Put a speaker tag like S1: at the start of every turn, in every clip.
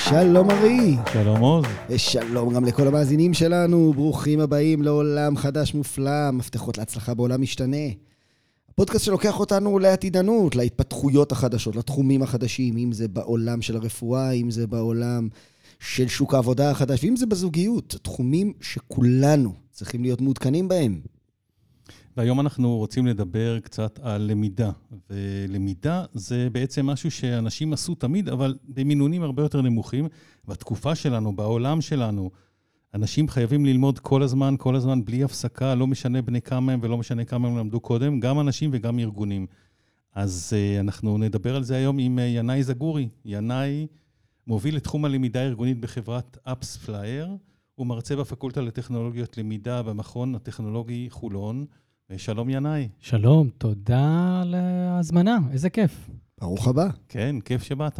S1: שלום ארי.
S2: שלום עוז.
S1: ושלום גם לכל המאזינים שלנו. ברוכים הבאים לעולם חדש מופלא, מפתחות להצלחה בעולם משתנה. הפודקאסט שלוקח אותנו לעתידנות, להתפתחויות החדשות, לתחומים החדשים, אם זה בעולם של הרפואה, אם זה בעולם של שוק העבודה החדש, ואם זה בזוגיות, תחומים שכולנו צריכים להיות מעודכנים בהם.
S2: והיום אנחנו רוצים לדבר קצת על למידה, ולמידה זה בעצם משהו שאנשים עשו תמיד, אבל במינונים הרבה יותר נמוכים, בתקופה שלנו, בעולם שלנו, אנשים חייבים ללמוד כל הזמן, בלי הפסקה, לא משנה בני כמה הם ולא משנה כמה הם למדו קודם, גם אנשים וגם ארגונים. אז אנחנו נדבר על זה היום עם ינאי זגורי. ינאי מוביל את תחום הלמידה הארגונית בחברת AppsFlyer, הוא מרצה בפקולטה לטכנולוגיות למידה במכון הטכנולוגי חולון. שלום ינאי.
S3: שלום, תודה על ההזמנה, איזה כיף.
S1: ברוך הבא.
S2: כן, כיף שבאת.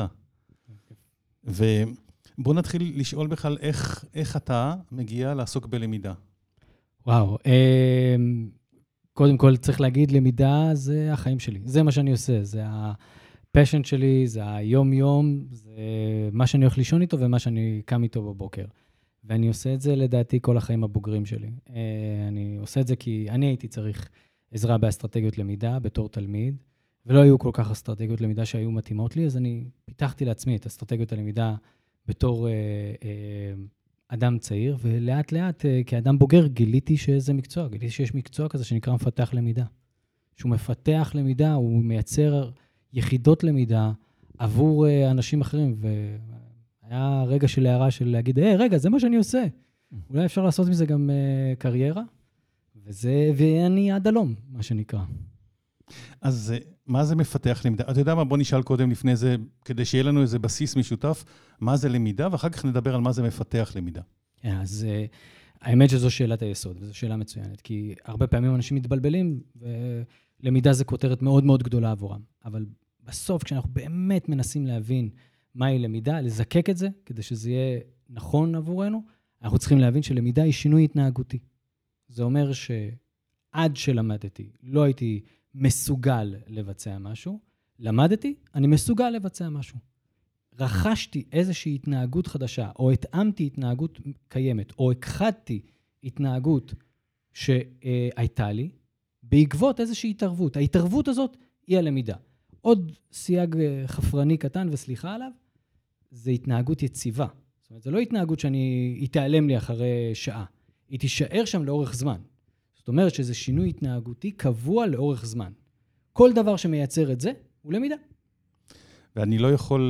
S2: ובוא נתחיל לשאול בכלל איך אתה מגיע לעסוק בלמידה.
S3: וואו, קודם כל צריך להגיד, למידה זה החיים שלי, זה מה שאני עושה, זה הפשן שלי, זה היום-יום, זה מה שאני הולך לישון איתו ומה שאני קם איתו בבוקר. ואני עושה את זה לדעתי כל החיים הבוגרים שלי. אני עושה את זה כי אני הייתי צריך עזרה באסטרטגיות למידה בתור תלמיד, ולא היו כל כך אסטרטגיות למידה שהיו מתאימות לי, אז אני פיתחתי לעצמי את אסטרטגיות הלמידה בתור אדם צעיר, ולאט לאט כאדם בוגר גיליתי שזה מקצוע, גיליתי שיש מקצוע כזה שנקרא מפתח למידה. שהוא מפתח למידה, הוא מייצר יחידות למידה עבור אנשים אחרים, היה רגע של הערה של להגיד, רגע, זה מה שאני עושה. אולי אפשר לעשות מזה גם קריירה, ואני עד הלום, מה שנקרא.
S2: אז מה זה מפתח למידה? אתה יודע מה? בוא נשאל קודם לפני זה, כדי שיהיה לנו איזה בסיס משותף, מה זה למידה, ואחר כך נדבר על מה זה מפתח למידה.
S3: אז האמת שזו שאלת היסוד, וזו שאלה מצוינת, כי הרבה פעמים אנשים מתבלבלים, ולמידה זה כותרת מאוד מאוד גדולה עבורם. אבל בסוף, כשאנחנו באמת מנסים להבין מהי למידה, לזקק את זה, כדי שזה יהיה נכון עבורנו, אנחנו צריכים להבין שלמידה היא שינוי התנהגותי. זה אומר שעד שלמדתי, לא הייתי מסוגל לבצע משהו, למדתי, אני מסוגל לבצע משהו. רכשתי איזושהי התנהגות חדשה, או התאמתי התנהגות קיימת, או הכחדתי התנהגות שהייתה לי, בעקבות איזושהי התערבות. ההתערבות הזאת היא הלמידה. עוד סייג חפרני קטן וסליחה עליו, זה התנהגות יציבה. זאת אומרת, זה לא התנהגות היא תיעלם לי אחרי שעה. היא תישאר שם לאורך זמן. זאת אומרת שזה שינוי התנהגותי קבוע לאורך זמן. כל דבר שמייצר את זה הוא למידה.
S2: ואני לא יכול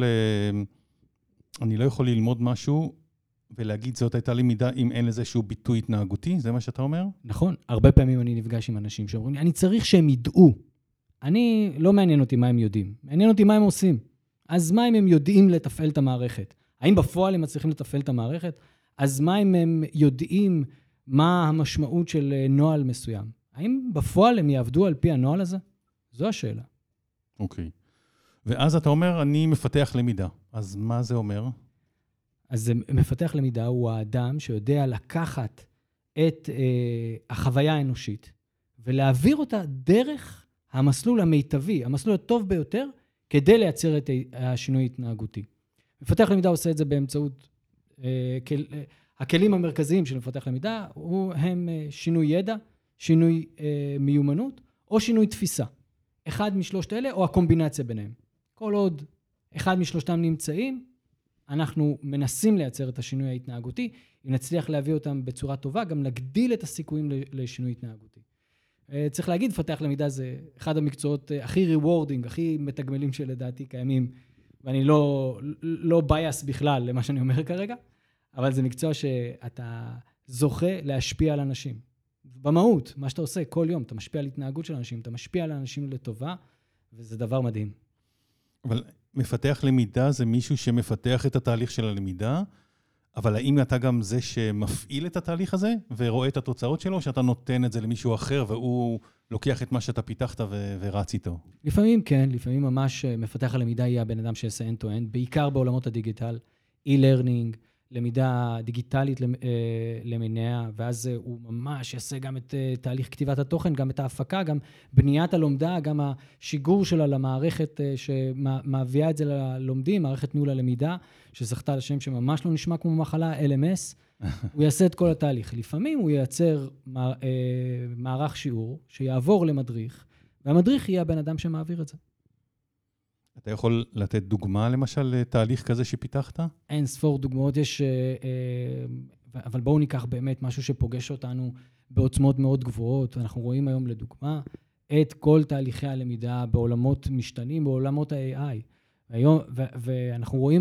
S2: ללמוד משהו ולהגיד זאת הייתה למידה אם אין לזה שהוא ביטוי התנהגותי, זה מה שאתה אומר?
S3: נכון. הרבה פעמים אני נפגש עם אנשים שאומרים לי, אני צריך שהם ידעו. אני לא מעניין אותי מה הם יודעים. מעניין אותי מה הם עושים. אז מה אם הם יודעים לתפעל את המערכת? האם בפועל הם מצליחים לתפעל את המערכת? אז מה אם הם יודעים מה המשמעות של נוהל מסוים? האם בפועל הם יעבדו על פי הנוהל הזה? זו השאלה.
S2: אוקיי. ואז אתה אומר, אני מפתח למידה. אז מה זה אומר?
S3: אז מפתח למידה הוא האדם שיודע לקחת את החוויה האנושית, ולהעביר אותה דרך המסלול המיטבי, המסלול הטוב ביותר, כדי לייצר את השינוי התנהגותי. מפתח למידה עושה את זה באמצעות הכלים המרכזיים של מפתח למידה, הם שינוי ידע, שינוי מיומנות, או שינוי תפיסה. אחד משלושת אלה, או הקומבינציה ביניהם. כל עוד אחד משלושתם נמצאים, אנחנו מנסים לייצר את השינוי ההתנהגותי, אם נצליח להביא אותם בצורה טובה, גם נגדיל את הסיכויים לשינוי התנהגותי. צריך להגיד, מפתח למידה זה אחד המקצועות הכי ריוורדינג, הכי מתגמלים שלדעתי קיימים, ואני לא בייס בכלל למה שאני אומר כרגע, אבל זה מקצוע שאתה זוכה להשפיע על אנשים. במהות, מה שאתה עושה כל יום, אתה משפיע על התנהגות של אנשים, אתה משפיע על אנשים לטובה, וזה דבר מדהים.
S2: אבל מפתח למידה זה מישהו שמפתח את התהליך של הלמידה, אבל האם אתה גם זה שמפעיל את התהליך הזה, ורואה את התוצאות שלו, או שאתה נותן את זה למישהו אחר, והוא לוקח את מה שאתה פיתחת ורץ איתו?
S3: לפעמים כן, לפעמים ממש מפתח הלמידה יהיה הבן אדם שעושה end-to-end, בעיקר בעולמות הדיגיטל, e-learning, למידה דיגיטלית למיניה, ואז הוא ממש יעשה גם את תהליך כתיבת התוכן, גם את ההפקה, גם בניית הלומדה, גם השיגור שלה למערכת שמביאה את זה ללומדים, מערכת ניהול הלמידה, שזכתה לשם שממש לא נשמע כמו מחלה, LMS, הוא יעשה את כל התהליך. לפעמים הוא ייצר מערך שיעור שיעבור למדריך, והמדריך יהיה הבן אדם שמעביר את זה.
S2: אתה יכול לתת דוגמה, למשל, לתהליך כזה שפיתחת?
S3: אין ספור דוגמאות, יש, אבל בואו ניקח באמת משהו שפוגש אותנו בעוצמות מאוד גבוהות. אנחנו רואים היום לדוגמה את כל תהליכי הלמידה בעולמות משתנים, בעולמות ה-AI. ואנחנו רואים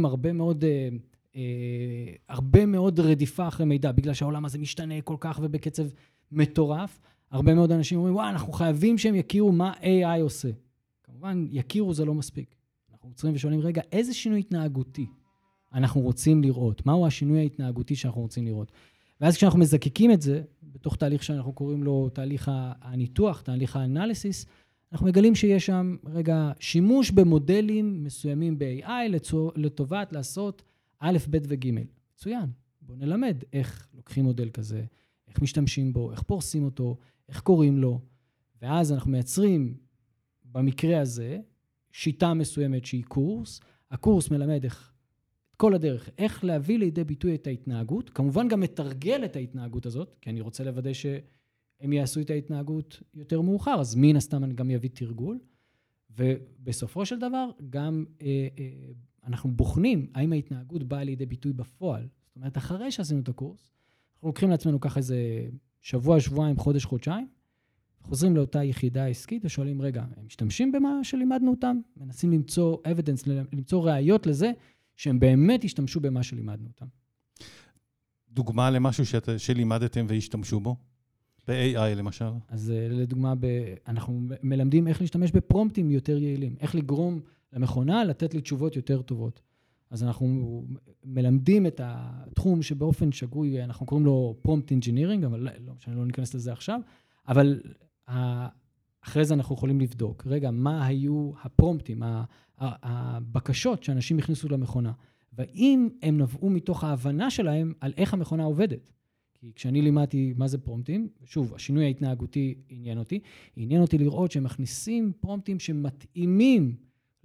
S3: הרבה מאוד רדיפה אחרי מידע, בגלל שהעולם הזה משתנה כל כך ובקצב מטורף. הרבה מאוד אנשים אומרים, וואו, אנחנו חייבים שהם יכירו מה AI עושה. כמובן, יכירו זה לא מספיק. אנחנו עוצרים ושואלים, רגע, איזה שינוי התנהגותי אנחנו רוצים לראות? מהו השינוי ההתנהגותי שאנחנו רוצים לראות? ואז כשאנחנו מזקקים את זה, בתוך תהליך שאנחנו קוראים לו תהליך הניתוח, תהליך האנליסיס, אנחנו מגלים שיש שם, רגע, שימוש במודלים מסוימים ב-AI לטובת לעשות א', ב' וג'. מצוין. בואו נלמד איך לוקחים מודל כזה, איך משתמשים בו, איך פורסים אותו, איך קוראים לו, ואז אנחנו מייצרים במקרה הזה שיטה מסוימת שהיא קורס. הקורס מלמד את כל הדרך, איך להביא לידי ביטוי את ההתנהגות, כמובן גם מתרגל את ההתנהגות הזאת, כי אני רוצה לוודא שהם יעשו את ההתנהגות יותר מאוחר, אז מן הסתם אני גם יביא תרגול, ובסופו של דבר גם אנחנו בוחנים האם ההתנהגות באה לידי ביטוי בפועל. זאת אומרת, אחרי שעשינו את הקורס, אנחנו לוקחים לעצמנו ככה איזה שבוע, שבועיים, חודש, חודשיים, חוזרים לאותה יחידה עסקית ושואלים, רגע, הם משתמשים במה שלימדנו אותם? מנסים למצוא evidence, למצוא ראיות לזה שהם באמת השתמשו במה שלימדנו אותם.
S2: דוגמה למשהו שלימדתם והשתמשו בו? ב-AI למשל?
S3: אז לדוגמה, אנחנו מלמדים איך להשתמש בפרומפטים יותר יעילים, איך לגרום למכונה לתת לי תשובות יותר טובות. אז אנחנו מלמדים את התחום שבאופן שגוי, אנחנו קוראים לו prompt engineering, אבל לא ניכנס לזה עכשיו, אבל אחרי זה אנחנו יכולים לבדוק, רגע, מה היו הפרומפטים, הבקשות שאנשים הכניסו למכונה, והאם הם נבעו מתוך ההבנה שלהם על איך המכונה עובדת. כי כשאני לימדתי מה זה פרומפטים, שוב, השינוי ההתנהגותי עניין אותי לראות שהם מכניסים פרומפטים שמתאימים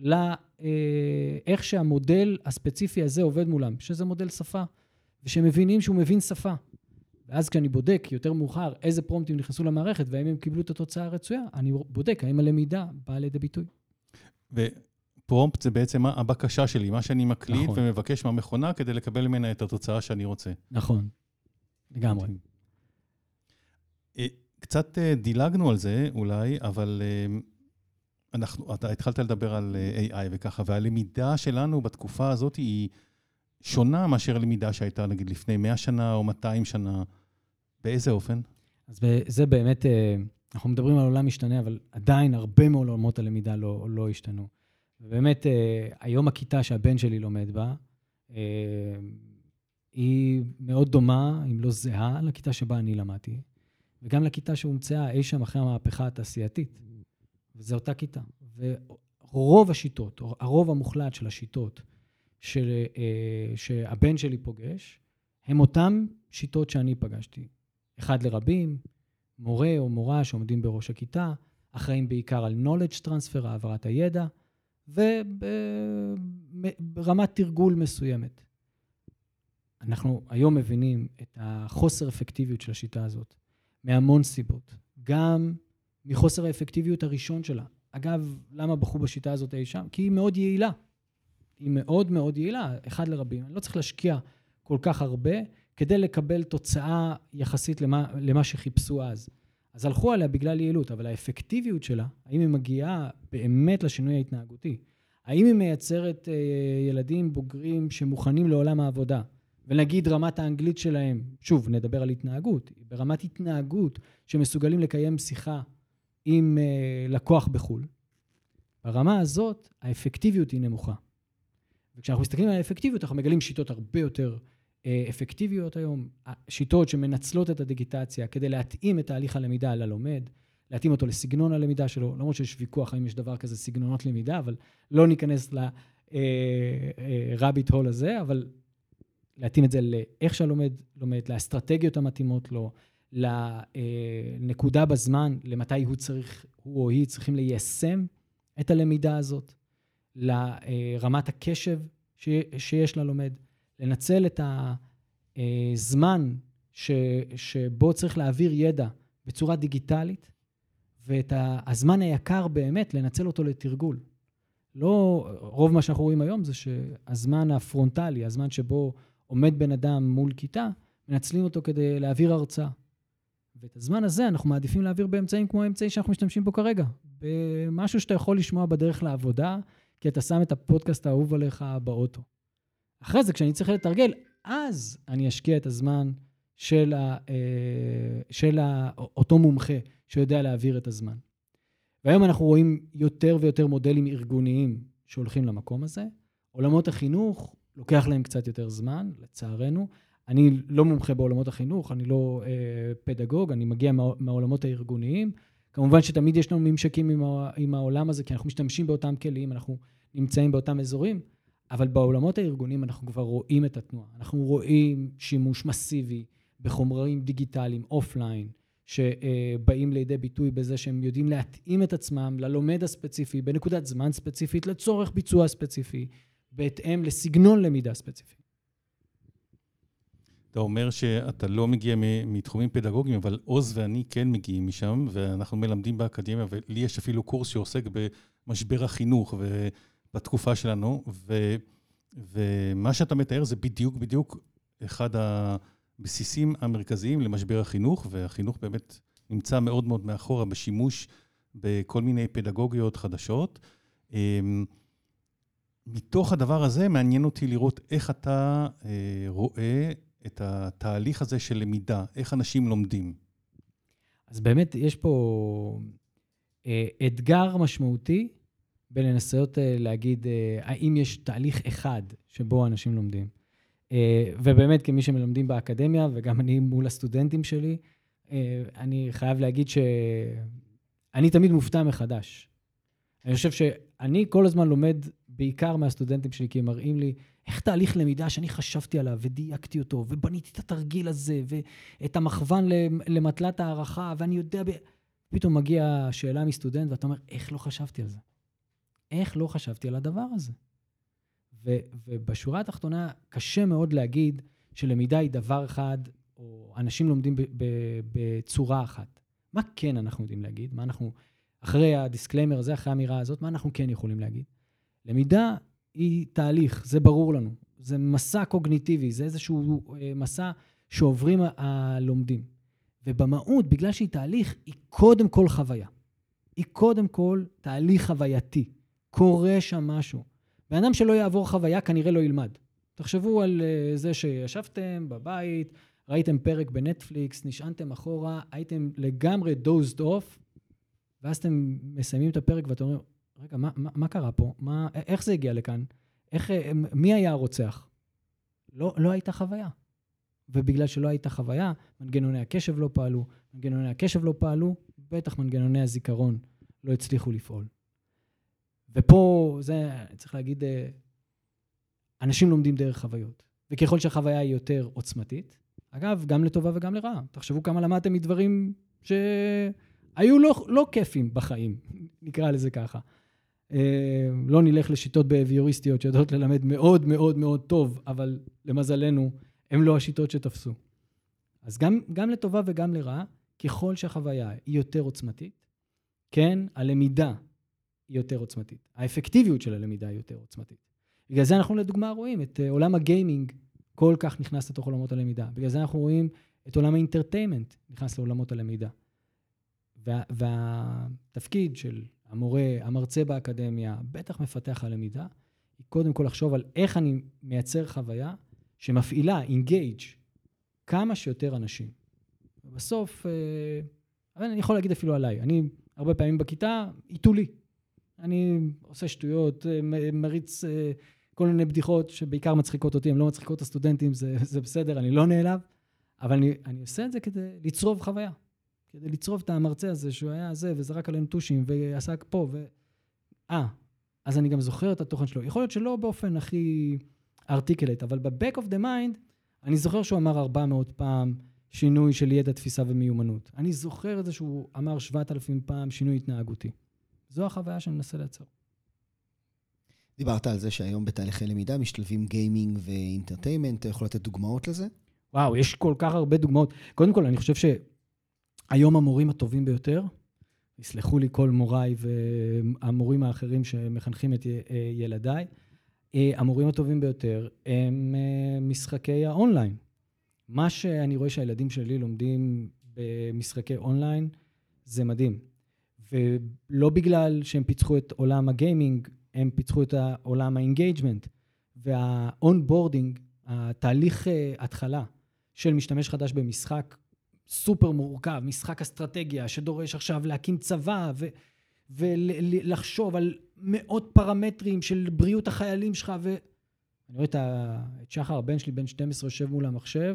S3: לאיך שהמודל הספציפי הזה עובד מולם, שזה מודל שפה, ושמבינים שהוא מבין שפה. ואז כשאני בודק יותר מאוחר איזה פרומפטים נכנסו למערכת, והאם הם קיבלו את התוצאה הרצויה, אני בודק האם הלמידה באה לידי ביטוי.
S2: ופרומפט זה בעצם הבקשה שלי, מה שאני מקליט נכון. ומבקש מהמכונה כדי לקבל ממנה את התוצאה שאני רוצה.
S3: נכון, לגמרי.
S2: קצת דילגנו על זה אולי, אבל אתה התחלת לדבר על AI וככה, והלמידה שלנו בתקופה הזאת היא שונה מאשר למידה שהייתה, נגיד, לפני 100 שנה או 200 שנה. באיזה אופן?
S3: אז זה באמת, אנחנו מדברים על עולם משתנה, אבל עדיין הרבה מאוד עולמות הלמידה לא השתנו. ובאמת, היום הכיתה שהבן שלי לומד בה, היא מאוד דומה, אם לא זהה, לכיתה שבה אני למדתי, וגם לכיתה שהומצאה אי שם אחרי המהפכה התעשייתית. וזו אותה כיתה. ורוב השיטות, או הרוב המוחלט של השיטות, שהבן שלי פוגש, הם אותם שיטות שאני פגשתי. אחד לרבים, מורה או מורה שעומדים בראש הכיתה, אחראים בעיקר על knowledge transfer, העברת הידע, וברמת תרגול מסוימת. אנחנו היום מבינים את החוסר אפקטיביות של השיטה הזאת, מהמון סיבות. גם מחוסר האפקטיביות הראשון שלה. אגב, למה בחרו בשיטה הזאת אי שם? כי היא מאוד יעילה. היא מאוד מאוד יעילה, אחד לרבים. אני לא צריך להשקיע כל כך הרבה, כדי לקבל תוצאה יחסית למה שחיפשו אז. אז הלכו עליה בגלל יעילות, אבל האפקטיביות שלה, האם היא מגיעה באמת לשינוי ההתנהגותי? האם היא מייצרת ילדים בוגרים שמוכנים לעולם העבודה? ונגיד רמת האנגלית שלהם, שוב, נדבר על התנהגות, ברמת התנהגות שמסוגלים לקיים שיחה עם לקוח בחול. ברמה הזאת, האפקטיביות היא נמוכה. וכשאנחנו מסתכלים על האפקטיביות, אנחנו מגלים שיטות הרבה יותר אפקטיביות היום, שיטות שמנצלות את הדיגיטציה כדי להתאים את תהליך הלמידה ללומד, להתאים אותו לסגנון הלמידה שלו, למרות שיש ויכוח האם יש דבר כזה סגנונות למידה, אבל לא ניכנס לרביט הול הזה, אבל להתאים את זה לאיך שהלומד לומד, לאסטרטגיות המתאימות לו, לנקודה בזמן, למתי הוא או היא צריכים ליישם את הלמידה הזאת, לרמת הקשב שיש ללומד, לנצל את הזמן שבו צריך להעביר ידע בצורה דיגיטלית, ואת הזמן היקר באמת לנצל אותו לתרגול. לא, רוב מה שאנחנו רואים היום זה שהזמן הפרונטלי, הזמן שבו עומד בן אדם מול כיתה, מנצלים אותו כדי להעביר הרצאה. ואת הזמן הזה אנחנו מעדיפים להעביר באמצעים כמו האמצעי שאנחנו משתמשים בו כרגע. במשהו שאתה יכול לשמוע בדרך לעבודה, כי אתה שם את הפודקאסט האהוב עליך באוטו. אחרי זה, כשאני צריך לתרגל, אז אני אשקיע את הזמן של אותו מומחה שיודע להעביר את הזמן. והיום אנחנו רואים יותר ויותר מודלים ארגוניים שהולכים למקום הזה. עולמות החינוך לוקח להם קצת יותר זמן, לצערנו. אני לא מומחה בעולמות החינוך, אני לא פדגוג, אני מגיע מהעולמות הארגוניים. כמובן שתמיד יש לנו ממשקים עם העולם הזה, כי אנחנו משתמשים באותם כלים, אנחנו נמצאים באותם אזורים, אבל בעולמות הארגוניים אנחנו כבר רואים את התנועה. אנחנו רואים שימוש מסיבי בחומרים דיגיטליים, אופליין, שבאים לידי ביטוי בזה שהם יודעים להתאים את עצמם ללומד הספציפי, בנקודת זמן ספציפית, לצורך ביצוע ספציפי, בהתאם לסגנון למידה ספציפי.
S2: אתה אומר שאתה לא מגיע מתחומים פדגוגיים, אבל עוז ואני כן מגיעים משם, ואנחנו מלמדים באקדמיה, ולי יש אפילו קורס שעוסק במשבר החינוך ובתקופה שלנו, ומה שאתה מתאר זה בדיוק אחד הבסיסים המרכזיים למשבר החינוך, והחינוך באמת נמצא מאוד מאוד מאחורה בשימוש בכל מיני פדגוגיות חדשות. מתוך הדבר הזה מעניין אותי לראות איך אתה רואה את התהליך הזה של למידה, איך אנשים לומדים.
S3: אז באמת יש פה אתגר משמעותי בלנסות להגיד האם יש תהליך אחד שבו אנשים לומדים. ובאמת כמי שמלמדים באקדמיה וגם אני מול הסטודנטים שלי, אני חייב להגיד שאני תמיד מופתע מחדש. אני חושב שאני כל הזמן לומד בעיקר מהסטודנטים שלי, כי הם מראים לי איך תהליך למידה שאני חשבתי עליו ודייקתי אותו, ובניתי את התרגיל הזה, ואת המכוון למטלת הערכה, ואני יודע, פתאום מגיעה שאלה מסטודנט, ואתה אומר, איך לא חשבתי על זה? איך לא חשבתי על הדבר הזה? ובשורה התחתונה, קשה מאוד להגיד שלמידה היא דבר אחד, או אנשים לומדים בצורה אחת. מה כן אנחנו יודעים להגיד? מה אנחנו, אחרי הדיסקליימר הזה, אחרי האמירה הזאת, מה אנחנו כן יכולים להגיד? למידה היא תהליך, זה ברור לנו. זה מסע קוגניטיבי, זה איזשהו מסע שעוברים הלומדים. ובמהות, בגלל שהיא תהליך, היא קודם כל חוויה. היא קודם כל תהליך חווייתי. קורה שם משהו. באדם שלא יעבור חוויה, כנראה לא ילמד. תחשבו על זה שישבתם בבית, ראיתם פרק בנטפליקס, נשענתם אחורה, הייתם לגמרי dozed off, ואז אתם מסיימים את הפרק ואתם אומרים, רגע, מה קרה פה? איך זה הגיע לכאן? מי היה הרוצח? לא הייתה חוויה. ובגלל שלא הייתה חוויה, מנגנוני הקשב לא פעלו, בטח מנגנוני הזיכרון לא הצליחו לפעול. ופה, זה צריך להגיד, אנשים לומדים דרך חוויות. וככל שהחוויה היא יותר עוצמתית, אגב, גם לטובה וגם לרעה. תחשבו כמה למדתם מדברים שהיו לא כיפים בחיים, נקרא לזה ככה. לא נלך לשיטות בהביוריסטיות שיודעות ללמד מאוד מאוד מאוד טוב, אבל למזלנו, הם לא השיטות שתפסו. אז גם לטובה וגם לרעה, ככל שהחוויה היא יותר עוצמתית, כן, הלמידה היא יותר עוצמתית. האפקטיביות של הלמידה היא יותר עוצמתית. בגלל זה אנחנו לדוגמה רואים את עולם הגיימינג כל כך נכנס לתוך עולמות הלמידה. בגלל זה אנחנו רואים את עולם האינטרטיימנט נכנס לעולמות הלמידה. והתפקיד של המרצה באקדמיה, בטח מפתח הלמידה, היא קודם כל לחשוב על איך אני מייצר חוויה שמפעילה, engage, כמה שיותר אנשים. ובסוף, אני יכול להגיד אפילו עליי, אני הרבה פעמים בכיתה, איתולי. אני עושה שטויות, מריץ כל מיני בדיחות שבעיקר מצחיקות אותי, הן לא מצחיקות את הסטודנטים, זה בסדר, אני לא נעלב, אבל אני עושה את זה כדי לצרוב חוויה, כדי לצרוב את המרצה הזה, שהוא היה זה, וזרק עליהם טושים, ועסק פה, אז אני גם זוכר את התוכן שלו. יכול להיות שלא באופן articulate, אבל ב-back of the mind, אני זוכר שהוא אמר 400 פעם שינוי של ידע, תפיסה ומיומנות. אני זוכר את זה שהוא אמר 7,000 פעם שינוי התנהגותי. זו החוויה שאני מנסה לייצר.
S1: דיברת על זה שהיום בתהליכי למידה משתלבים גיימינג ואינטרטיימנט, אתה יכול לתת דוגמאות לזה?
S3: וואו, יש כל כך הרבה דוגמאות. קודם כל, אני חושב שהיום המורים הטובים ביותר, יסלחו לי כל מוריי והמורים האחרים שמחנכים את ילדיי, המורים הטובים ביותר הם משחקי האונליין. מה שאני רואה שהילדים שלי לומדים במשחקי אונליין, זה מדהים. ולא בגלל שהם פיצחו את עולם הגיימינג, הם פיצחו את עולם האינגייג'מנט, והאונבורדינג, התהליך התחלה של משתמש חדש במשחק סופר מורכב, משחק אסטרטגיה שדורש עכשיו להקים צבא ולחשוב על מאות פרמטרים של בריאות החיילים שלך, ואני רואה את שחר, הבן שלי, בן 12, יושב מול המחשב,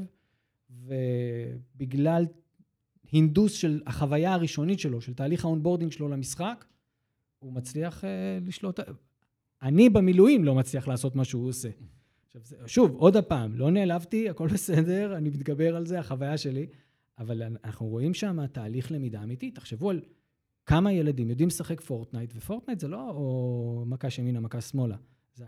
S3: ובגלל הינדוס של החוויה הראשונית שלו, של תהליך האונבורדינג שלו למשחק, הוא מצליח לשלוט. אני במילואים לא מצליח לעשות מה שהוא עושה. שוב, עוד הפעם, לא נעלבתי, הכל בסדר, אני מתגבר על זה, החוויה שלי, אבל אנחנו רואים שם תהליך למידה אמיתי. תחשבו על כמה ילדים יודעים לשחק פורטנייט, ופורטנייט זה לא או מכה ימינה, מכה שמאלה. זה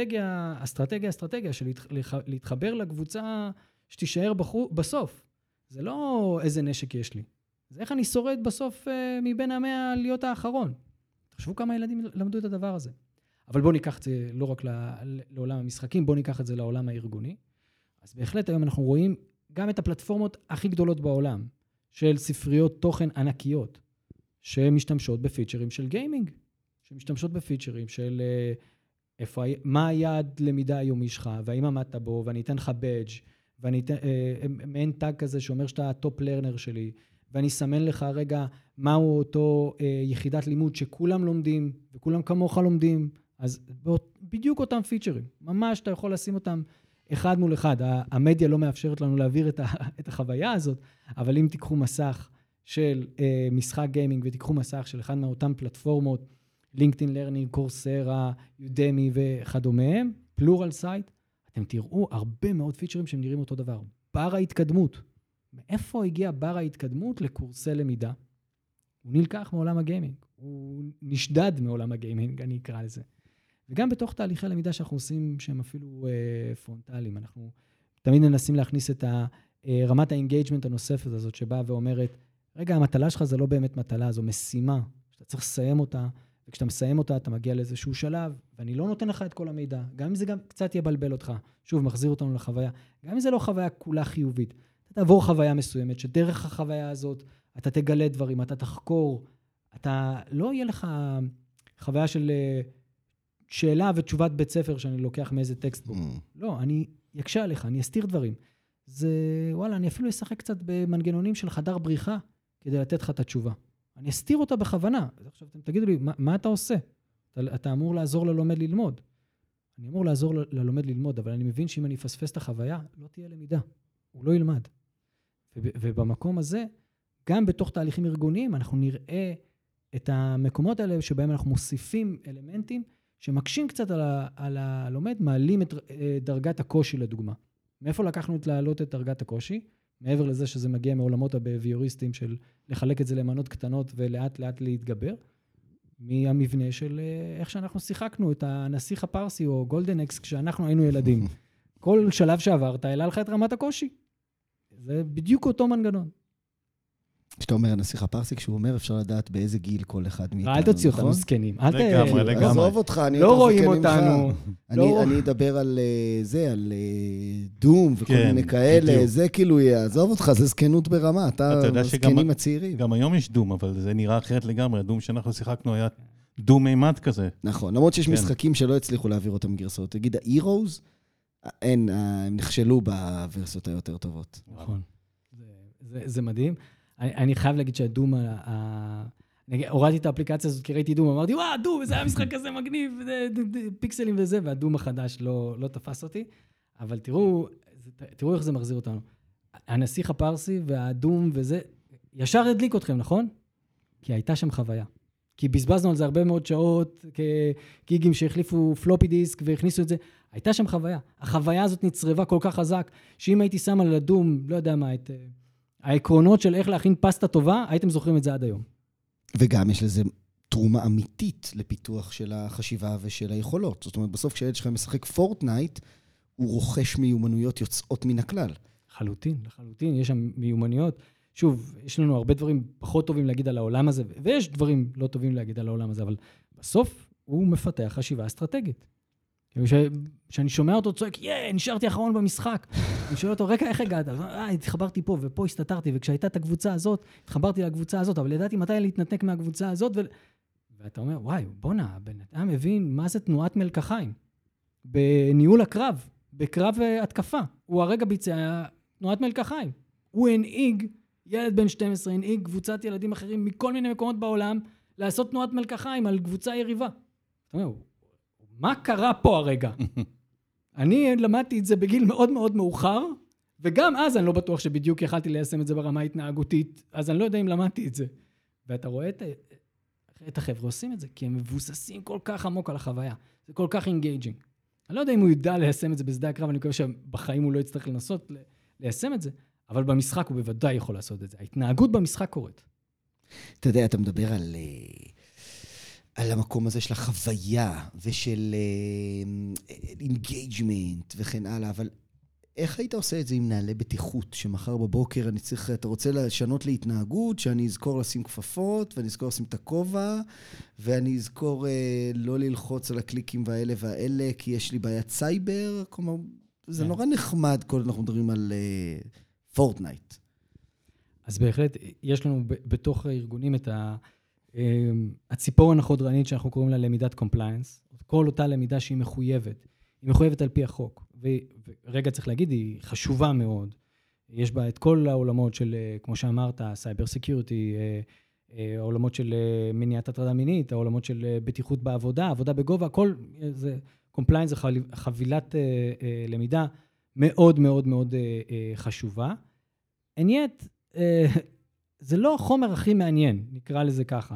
S3: אסטרטגיה של להתחבר לקבוצה שתישאר בסוף. זה לא איזה נשק יש לי. זה איך אני שורד בסוף מבין 100 להיות האחרון. תחשבו כמה ילדים למדו את הדבר הזה. אבל בואו ניקח את זה לא רק לעולם המשחקים, בואו ניקח את זה לעולם הארגוני. אז בהחלט היום אנחנו רואים גם את הפלטפורמות הכי גדולות בעולם, של ספריות תוכן ענקיות, שמשתמשות בפיצ'רים של גיימינג, שמשתמשות בפיצ'רים של מה היעד למידה היומי שלך, והאם עמדת בו, ואני אתן לך בדג' ואני אתן, מעין טאג כזה שאומר שאתה הטופ לרנר שלי, ואני אסמן לך רגע מהו אותו יחידת לימוד שכולם לומדים, וכולם כמוך לומדים, אז בדיוק אותם פיצ'רים, ממש אתה יכול לשים אותם אחד מול אחד. המדיה לא מאפשרת לנו להעביר את החוויה הזאת, אבל אם תיקחו מסך של משחק גיימינג, ותיקחו מסך של אחד מאותן פלטפורמות, לינקדאין לרנינג, קורסרה, יודמי וכדומיהם, פלורל סייט, אתם תראו הרבה מאוד פיצ'רים שהם נראים אותו דבר. בר ההתקדמות. מאיפה הגיע בר ההתקדמות לקורסי למידה? הוא נלקח מעולם הגיימינג. הוא נשדד מעולם הגיימינג, אני אקרא לזה. וגם בתוך תהליכי למידה שאנחנו עושים, שהם אפילו פרונטליים, אנחנו תמיד מנסים להכניס את רמת האינגייג'מנט הנוספת הזאת, שבאה ואומרת, רגע, המטלה שלך זה לא באמת מטלה, זו משימה, שאתה צריך לסיים אותה, וכשאתה מסיים אותה, אתה מגיע לאיזשהו שלב, ואני לא נותן לך את כל המידע, גם אם זה גם קצת יבלבל אותך, שוב, מחזיר אותנו לחוויה, גם אם זה לא חוויה כולה חיובית, אתה תעבור חוויה מסוימת, שדרך החוויה הזאת, אתה תגלה דברים, אתה תחקור, אתה לא יהיה לך חוויה של שאלה ותשובת בית ספר שאני לוקח מאיזה טקסטבוק. לא, אני יקשה עליך, אני אסתיר דברים. זה, וואלה, אני אפילו אשחק קצת במנגנונים של חדר בריחה, כדי לתת לך את התשובה. אני אסתיר אותה בכוונה. עכשיו, אתם תגידו לי, מה אתה עושה? אתה אמור לעזור ללומד ללמוד. אני אמור לעזור ללומד ללמוד, אבל אני מבין שאם אני אפספס את החוויה, לא תהיה למידה. הוא לא ילמד. ובמקום הזה, גם בתוך תהליכים ארגוניים, אנחנו נראה את המקומות האלה שבהם אנחנו מוסיפים אלמנטים שמקשים קצת על הלומד, מעלים את דרגת הקושי לדוגמה. מאיפה לקחנו להעלות את דרגת הקושי? מעבר לזה שזה מגיע מעולמות הבביוריסטים של לחלק את זה למנות קטנות ולאט לאט להתגבר, מהמבנה של איך שאנחנו שיחקנו את הנסיך הפרסי או גולדן אקס כשאנחנו היינו ילדים. כל שלב שעברת, העלה לך את רמת הקושי. זה בדיוק אותו מנגנון.
S1: כשאתה אומר הנסיך הפרסי, כשהוא אומר אפשר לדעת באיזה גיל כל אחד מאיתנו,
S3: אל תוציא אותנו זקנים.
S2: לגמרי.
S1: עזוב אותך, אני
S3: לא רואים אותנו.
S1: אני אדבר על זה, על דום וכל מיני כאלה, זה כאילו יהיה, עזוב אותך, זה זקנות ברמה, אתה זקנים הצעירים.
S2: גם היום יש דום, אבל זה נראה אחרת לגמרי. הדום שאנחנו שיחקנו היה דום מימד כזה.
S1: נכון, למרות שיש משחקים שלא הצליחו להעביר אותם גרסאות. תגיד, ה-Heroes, הם נכשלו בוורסיות היותר טובות.
S3: נכון. זה מדהים. אני חייב להגיד שהדום, הורדתי את האפליקציה הזאת, כי ראיתי דום, אמרתי, וואה, דום, זה היה משחק כזה מגניב, פיקסלים וזה, והדום החדש לא תפס אותי, אבל תראו איך זה מחזיר אותנו. הנסיך הפרסי והדום וזה, ישר הדליק אתכם, נכון? כי הייתה שם חוויה. כי בזבזנו על זה הרבה מאוד שעות, גיגים שהחליפו פלופי דיסק והכניסו את זה, הייתה שם חוויה. החוויה הזאת נצרבה כל כך חזק, שאם הייתי שם על הדום, לא יודע מה, את העקרונות של איך להכין פסטה טובה, הייתם זוכרים את זה עד היום.
S1: וגם יש לזה תרומה אמיתית לפיתוח של החשיבה ושל היכולות. זאת אומרת, בסוף כשהילד שלך משחק פורטנייט, הוא רוכש מיומנויות יוצאות מן הכלל.
S3: לחלוטין, יש שם מיומנויות. שוב, יש לנו הרבה דברים פחות טובים להגיד על העולם הזה, ויש דברים לא טובים להגיד על העולם הזה, אבל בסוף הוא מפתח חשיבה אסטרטגית. כשאני שומע אותו צועק, נשארתי אחרון במשחק. אני שואל אותו, רגע, איך הגעת? התחברתי פה ופה הסתתרתי, וכשהייתה את הקבוצה הזאת, התחברתי לקבוצה הזאת, אבל ידעתי מתי להתנתק מהקבוצה הזאת, ואתה אומר, וואי, בונה, הבן אדם מבין מה זה תנועת מלקחיים. בניהול הקרב, בקרב התקפה. הוא הרגע ביצע תנועת מלקחיים. הוא הנהיג, ילד בן 12, הנהיג קבוצת ילדים אחרים מכל מיני מקומות בעולם, לעשות תנועת מלקחיים על קבוצה יריבה. אתה אומר, מה קרה פה הרגע? אני למדתי את זה בגיל מאוד מאוד מאוחר, וגם אז אני לא בטוח שבדיוק יכלתי ליישם את זה ברמה התנהגותית, אז אני לא יודע אם למדתי את זה. ואתה רואה את החבר'ה עושים את זה, כי הם מבוססים כל כך עמוק על החוויה. זה כל כך אינגייג'ינג. אני לא יודע אם הוא ידע ליישם את זה בשדה הקרב, אני מקווה שבחיים הוא לא יצטרך לנסות ליישם את זה, אבל במשחק הוא בוודאי יכול לעשות את זה. ההתנהגות במשחק קורית.
S1: אתה יודע, אתה מדבר על המקום הזה של החוויה ושל אינגייג'מנט וכן הלאה, אבל איך היית עושה את זה עם מנהלי בטיחות, שמחר בבוקר אתה רוצה לשנות להתנהגות, שאני אזכור לשים כפפות, ואני אזכור לשים את הכובע, ואני אזכור לא ללחוץ על הקליקים והאלה, כי יש לי בעיית סייבר, כלומר, זה נורא נחמד כל אנחנו מדברים על פורטנייט.
S3: אז בהחלט, יש לנו בתוך הארגונים את הציפורן החודרנית שאנחנו קוראים לה למידת קומפליינס, כל אותה למידה שהיא מחויבת. היא מחויבת על פי החוק, ורגע צריך להגיד, היא חשובה מאוד. יש בה את כל העולמות של, כמו שאמרת, סייבר סקיוריטי, העולמות של מניעת הטרדה מינית, העולמות של בטיחות בעבודה, עבודה בגובה, כל זה, קומפליינס זה חבילת למידה מאוד מאוד מאוד חשובה. And yet, זה לא החומר הכי מעניין, נקרא לזה ככה.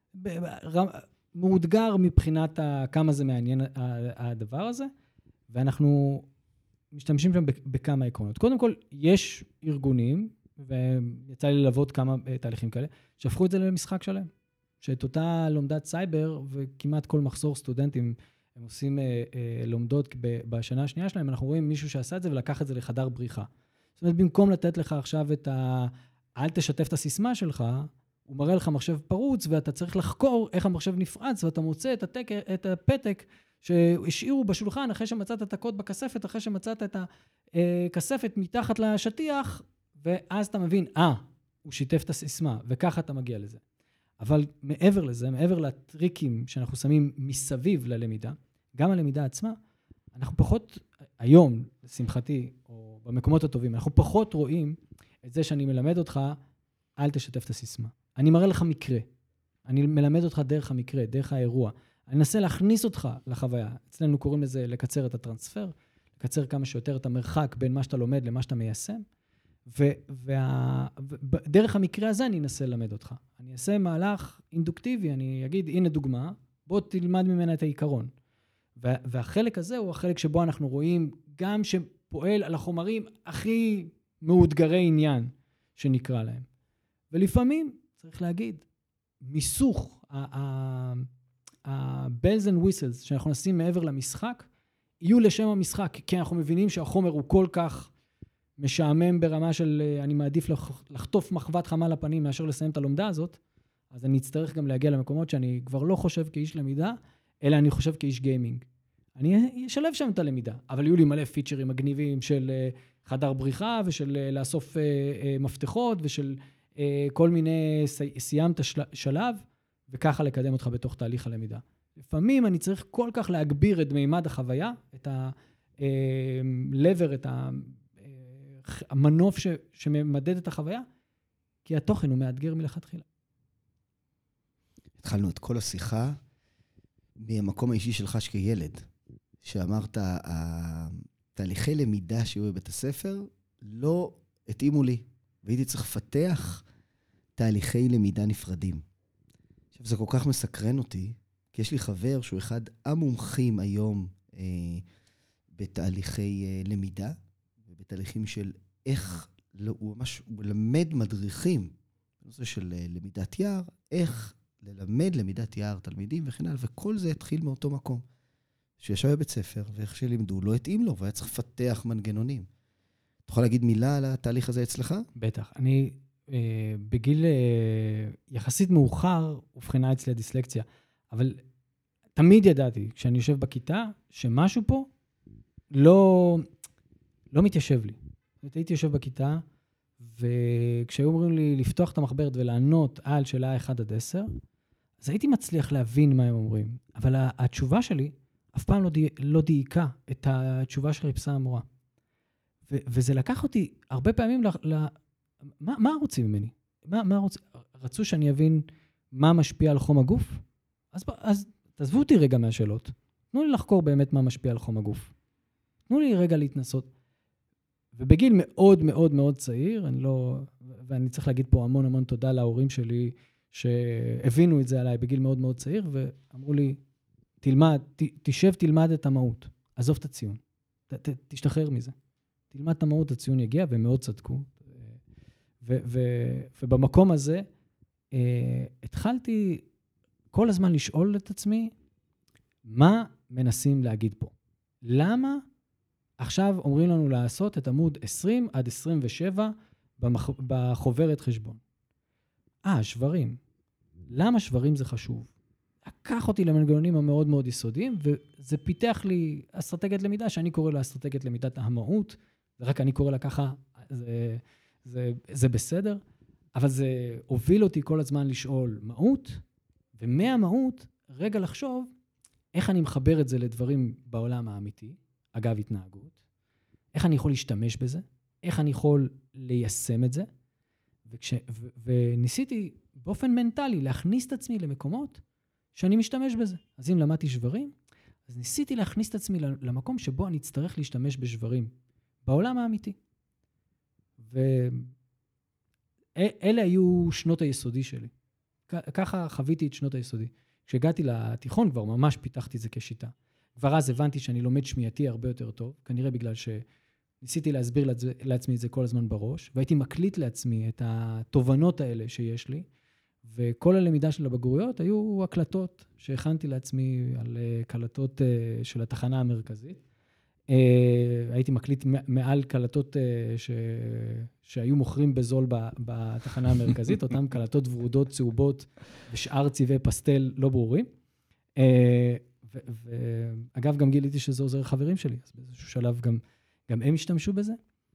S3: מאותגר מבחינת כמה זה מעניין הדבר הזה, ואנחנו משתמשים שם בכמה עקרונות. קודם כל, יש ארגונים, ויצא לי ללוות כמה תהליכים כאלה, שהפכו את זה למשחק שלם. שאת אותה לומדת סייבר, וכמעט כל מחזור סטודנטים, הם עושים לומדות בשנה השנייה שלהם, אנחנו רואים מישהו שעשה את זה ולקח את זה לחדר בריחה. זאת אומרת, במקום לתת לך עכשיו אל תשתף את הסיסמה שלך, הוא מראה לך מחשב פרוץ, ואתה צריך לחקור איך המחשב נפרץ, ואתה מוצא את הפתק שהשאירו בשולחן, אחרי שמצאת את הקוד בכספת, אחרי שמצאת את הכספת מתחת לשטיח, ואז אתה מבין, הוא שיתף את הסיסמה, וככה אתה מגיע לזה. אבל מעבר לזה, מעבר לטריקים שאנחנו שמים מסביב ללמידה, גם הלמידה עצמה, אנחנו פחות, היום, לשמחתי, או במקומות הטובים, אנחנו פחות רואים את זה שאני מלמד אותך, אל תשתף את הסיסמה. אני מראה לך מקרה. אני מלמד אותך דרך המקרה, דרך האירוע. אני אנסה להכניס אותך לחוויה. אצלנו קוראים לזה לקצר את הטרנספר, לקצר כמה שיותר את המרחק בין מה שאתה לומד למה שאתה מיישם, ודרך המקרה הזה אני אנסה ללמד אותך. אני אעשה מהלך אינדוקטיבי, אני אגיד, הנה דוגמה, בוא תלמד ממנה את העיקרון. והחלק הזה הוא החלק שבו אנחנו רואים גם שפועל על החומרים הכי מאותגרי עניין שנקרא להם. ולפעמים, צריך להגיד, מיסוך, ה-bells and whistles שאנחנו נשים מעבר למשחק, יהיו לשם המשחק, כי אנחנו מבינים שהחומר הוא כל כך משעמם ברמה של אני מעדיף לחטוף מחבת חמה לפנים מאשר לסיים את הלומדה הזאת, אז אני אצטרך גם להגיע למקומות שאני כבר לא חושב כאיש למידה, אלא אני חושב כאיש גיימינג. אני אשלב שם את הלמידה, אבל יהיו לי מלא פיצ'רים מגניבים של חדר בריחה ושל לאסוף מפתחות ושל כל מיני סיימת שלב, וככה לקדם אותך בתוך תהליך הלמידה. לפעמים אני צריך כל כך להגביר את מימד החוויה, את הלבר, את המנוף שממדד את החוויה, כי התוכן הוא מאתגר מלכתחילה.
S1: התחלנו את כל השיחה מהמקום האישי שלך כילד, שאמרת, תהליכי למידה שהיו בבית הספר לא התאימו לי, והייתי צריך לפתח תהליכי למידה נפרדים. עכשיו, זה כל כך מסקרן אותי, כי יש לי חבר שהוא אחד המומחים היום בתהליכי למידה, ובתהליכים של איך, הוא ממש מלמד מדריכים, בנושא של למידת יער, איך ללמד למידת יער תלמידים וכן הלאה, וכל זה התחיל מאותו מקום. שישב בבית ספר, ואיך שלימדו, לא התאים לו, והיה צריך לפתח מנגנונים. אתה יכול להגיד מילה על התהליך הזה אצלך?
S3: בטח. אני בגיל יחסית מאוחר, הובחנה אצלי הדיסלקציה, אבל תמיד ידעתי, כשאני יושב בכיתה, שמשהו פה לא מתיישב לי. הייתי יושב בכיתה, וכשהיו אומרים לי לפתוח את המחברת ולענות על שאלה 1 עד 10, אז הייתי מצליח להבין מה הם אומרים. אבל התשובה שלי אף פעם לא דייקה את התשובה שחיפשה המורה. וזה לקח אותי הרבה פעמים מה רוצים ממני? רצו שאני אבין מה משפיע על חום הגוף? אז תעזבו אותי רגע מהשאלות. תנו לי לחקור באמת מה משפיע על חום הגוף. תנו לי רגע להתנסות. ובגיל מאוד מאוד מאוד צעיר, ואני צריך להגיד פה המון המון תודה להורים שלי, שהבינו את זה עליי בגיל מאוד מאוד צעיר, ואמרו לי, תשב, תלמד את המהות. עזוב את הציון. תשתחרר מזה. תלמד את המהות, הציון יגיע, והם מאוד צדקו. ובמקום הזה, התחלתי כל הזמן לשאול את עצמי, מה מנסים להגיד פה? למה עכשיו אומרים לנו לעשות את עמוד 20 עד 27 בחוברת חשבון? שברים. למה שברים זה חשוב? לקח אותי למנגנונים המאוד מאוד יסודיים, וזה פיתח לי אסטרטגיית למידה, שאני קורא לה אסטרטגיית למידת המהות, ורק אני קורא לה ככה, זה בסדר, אבל זה הוביל אותי כל הזמן לשאול מהות, ומהמהות רגע לחשוב איך אני מחבר את זה לדברים בעולם האמיתי, אגב התנהגות, איך אני יכול להשתמש בזה, איך אני יכול ליישם את זה, וניסיתי באופן מנטלי להכניס את עצמי למקומות שאני משתמש בזה. אז אם למדתי שברים, אז ניסיתי להכניס את עצמי למקום שבו אני אצטרך להשתמש בשברים, בעולם האמיתי. ואלה היו שנות היסודי שלי. ככה חוויתי את שנות היסודי. כשהגעתי לתיכון כבר ממש פיתחתי את זה כשיטה. כבר אז הבנתי שאני לומד שמיעתי הרבה יותר טוב, כנראה בגלל שניסיתי להסביר לעצמי את זה כל הזמן בראש, והייתי מקליט לעצמי את התובנות האלה שיש לי, וכל הלמידה של הבגרויות היו הקלטות שהכנתי לעצמי על קלטות של התחנה המרכזית. הייתי מקליט מעל קלטות שהיו מוכרים בזול בתחנה המרכזית, אותן קלטות ורודות, צהובות ושאר צבעי פסטל לא ברורים. ואגב, גם גיליתי שזה עוזר חברים שלי, אז באיזשהו שלב גם הם השתמשו בזה.